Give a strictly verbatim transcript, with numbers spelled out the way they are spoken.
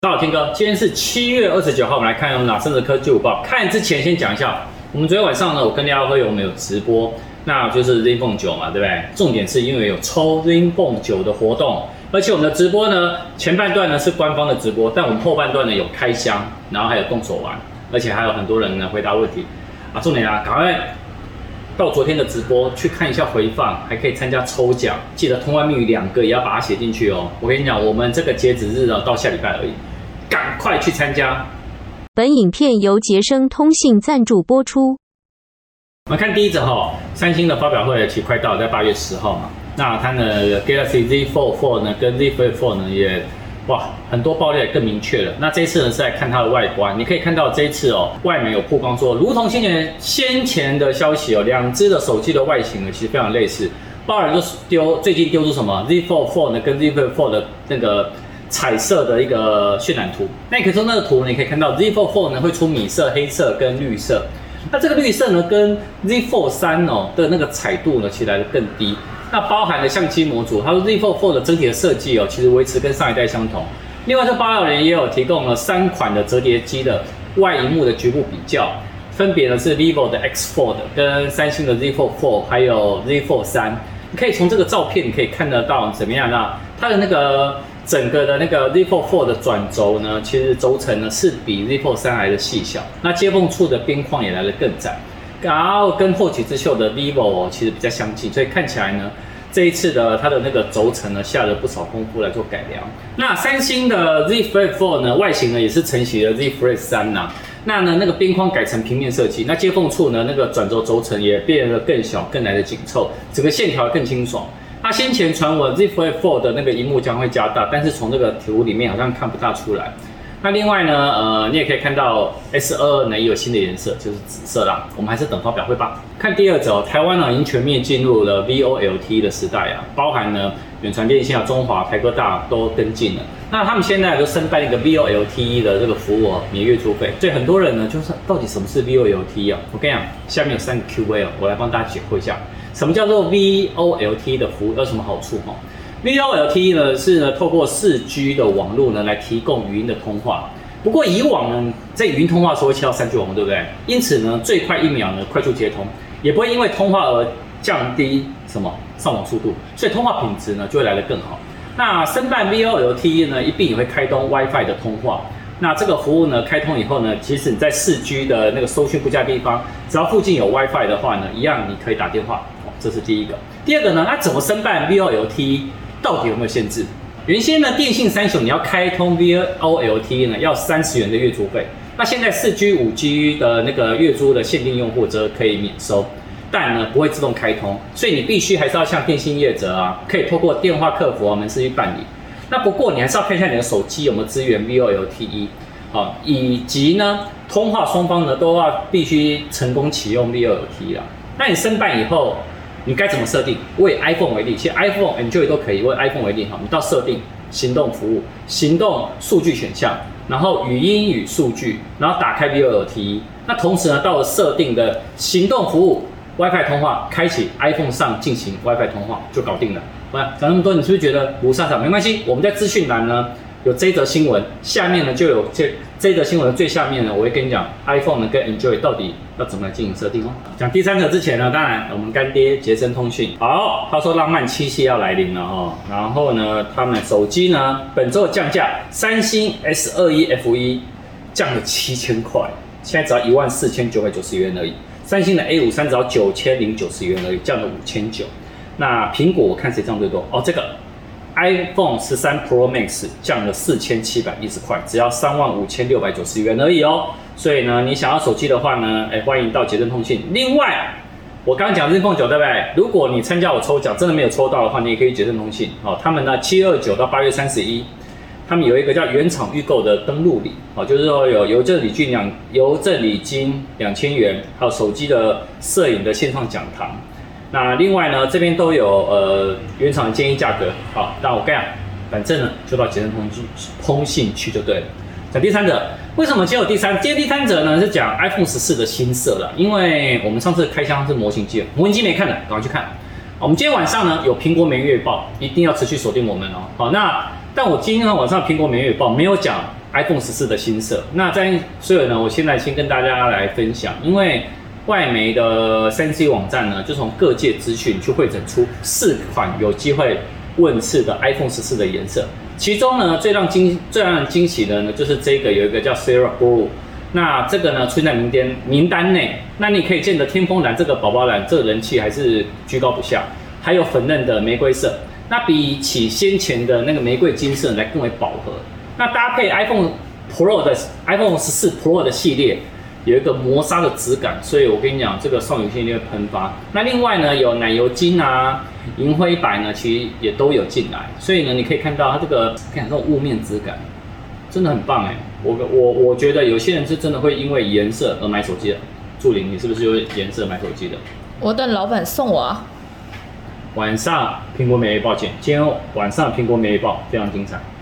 大家好，天哥，今天是七月二十九号，我们来看有哪三则科技午报。看之前先讲一下，我们昨天晚上呢，我跟廖辉我们有直播，那就是 ZenFone 九嘛，对不对？重点是因为有抽 ZenFone 九的活动，而且我们的直播呢，前半段呢是官方的直播，但我们后半段呢有开箱，然后还有动手玩，而且还有很多人呢回答问题啊。重点啊，赶快到昨天的直播去看一下回放，还可以参加抽奖，记得通关密语两个也要把它写进去哦。我跟你讲，我们这个截止日呢到下礼拜而已。赶快去参加！ 本影片由杰生通信赞助播出。 我们看第一则哈，三星的发表会其实快到，在八月十号嘛。那它呢 ，Galaxy Z Fold 四呢跟 Z Flip 四呢也哇很多爆料也更明确了。那这一次呢是在看它的外观，你可以看到这一次哦，外媒有曝光说，如同先前先前的消息哦，两只的手机的外形呢其实非常类似。包含就丢最近丢出什么 Z Fold 四呢跟 Z Flip 四的那个彩色的一个渲染图，那你可以从那个图，你可以看到 Z Fold 四呢会出米色、黑色跟绿色。那这个绿色呢，跟 Z Fold 三哦的那个彩度呢，其实来的更低。那包含了相机模组，它说 Z Fold 四的整体的设计哦，其实维持跟上一代相同。另外，这爆料人也有提供了三款的折叠机的外萤幕的局部比较，分别呢是 vivo 的 X Fold 跟三星的 Z Fold 四，还有 Z Fold 三。你可以从这个照片，你可以看得到怎么样呢？它的那个整个的那个 Z Fold 四的转轴呢，其实轴承呢是比 Z Fold 三来的细小，那接缝处的边框也来得更窄，然后跟后起之秀的 vivo 哦其实比较相近，所以看起来呢，这一次的它的那个轴承呢下了不少功夫来做改良。那三星的 Z Flip 四呢，外形呢也是承袭了 Z Flip 三呐，那呢那个边框改成平面设计，那接缝处呢那个转轴轴承也变得更小，更来的紧凑，整个线条更清爽。那先前传闻 Z Flip 四的那个萤幕将会加大，但是从这个图里面好像看不大出来。那另外呢，呃，你也可以看到 S 二二 呢也有新的颜色，就是紫色啦。我们还是等发表会吧。看第二则，台湾呢已经全面进入了 V O L T E 的时代啊，包含呢远传电信啊、中华、台科大都跟进了。那他们现在就申办一个 V O L T E 的这个服务哦，免月租费。所以很多人呢就是到底什么是 V O L T E 啊？我跟你讲，下面有三个 Q A 哦，我来帮大家解惑一下。什么叫做 V O L T E 的服务有什么好处哈 ？V O L T E 呢是呢透过 四 G 的网络呢来提供语音的通话。不过以往呢，在语音通话的时候会切到 三 G 网络，对不对？因此呢，最快一秒呢快速接通，也不会因为通话而降低什么上网速度，所以通话品质呢就会来得更好。那申办 V O L T E 呢，一并也会开通 WiFi 的通话。那这个服务呢开通以后呢，其实你在 四 G 的那个收讯不佳地方，只要附近有 WiFi 的话呢，一样你可以打电话。这是第一个。第二个呢，它怎么申办 V O L T E 到底有没有限制？原先呢，电信三雄你要开通 V O L T E 呢，要三十元的月租费。那现在 四 G、五 G 的那个月租的限定用户则可以免收，但呢不会自动开通，所以你必须还是要向电信业者啊，可以透过电话客服啊门市去办理。那不过你还是要看一下你的手机有没有支援 V O L T E 啊，以及呢通话双方呢都要必须成功启用 V O L T E 啦。那你申办以后，你该怎么设定？我以 iPhone 为例，其实 iPhone、Android 都可以。我以 iPhone 为例哈，你到设定、行动服务、行动数据选项，然后语音与数据，然后打开 V O L T E。那同时呢，到了设定的行动服务 WiFi 通话，开启 iPhone 上进行 WiFi 通话就搞定了。哇，讲那么多，你是不是觉得无上场？没关系，我们在资讯栏呢有这一则新闻，下面呢就有这这一则新闻的最下面呢，我会跟你讲 iPhone 呢跟 Android 到底要怎么来进行设定哦。讲第三则之前呢，当然我们干爹杰森通讯，好，他说浪漫七夕要来临了哦。然后呢，他们手机呢本周的降价，三星 S 二十一 F 一 降了七千块，现在只要一万四千九百九十元而已。三星的 A 五十三 只要九千零九十元而已，降了五千九。那苹果我看谁降最多哦，这个 iPhone 十三 Pro Max 降了四千七百一十块，只要三万五千六百九十元而已哦。所以呢，你想要手机的话呢，哎，欢迎到捷登通信。另外，我刚刚讲 ZenFone 九对不对？如果你参加我抽奖真的没有抽到的话，你也可以捷登通信哦。他们呢七月二十九到八月三十一，他们有一个叫原厂预购的登录礼哦，就是说有邮政礼金两邮政礼金两千元，还有手机的摄影的线上讲堂。那另外呢，这边都有呃原厂的建议价格，好，但我跟你讲，反正呢就到捷登通信通信去就对了。讲第三者，为什么今天有第三？今天第三者呢是讲 iPhone 十四的新色了，因为我们上次开箱是模型机，模型机没看的，赶快去看。我们今天晚上呢有苹果每月报，一定要持续锁定我们哦。好，那但我今天晚上苹果每月报没有讲 iPhone 十四的新色。那在所以呢，我现在先跟大家来分享，因为外媒的 三 C 网站呢，就从各界资讯去汇整出四款有机会问世的 iPhone 十四的颜色。其中呢，最让惊最让人惊喜的呢，就是这个有一个叫 Sierra Blue。那这个呢，出现在名单名单内。那你可以见得天峰蓝这个宝宝蓝，这个人气还是居高不下。还有粉嫩的玫瑰色，那比起先前的那个玫瑰金色来更为饱和。那搭配 iPhone Pro 的 iPhone 十四 Pro 的系列，有一个磨砂的质感，所以我跟你讲，这个少女心一定会喷发。那另外呢，有奶油金啊、银灰白呢，其实也都有进来。所以呢，你可以看到它这个，看这种雾面质感，真的很棒哎。我我我觉得有些人是真的会因为颜色而买手机的。祝玲，你是不是有颜色买手机的？ 我等老板送我啊。 晚上苹果每日报见，今天晚上苹果每日报非常精彩。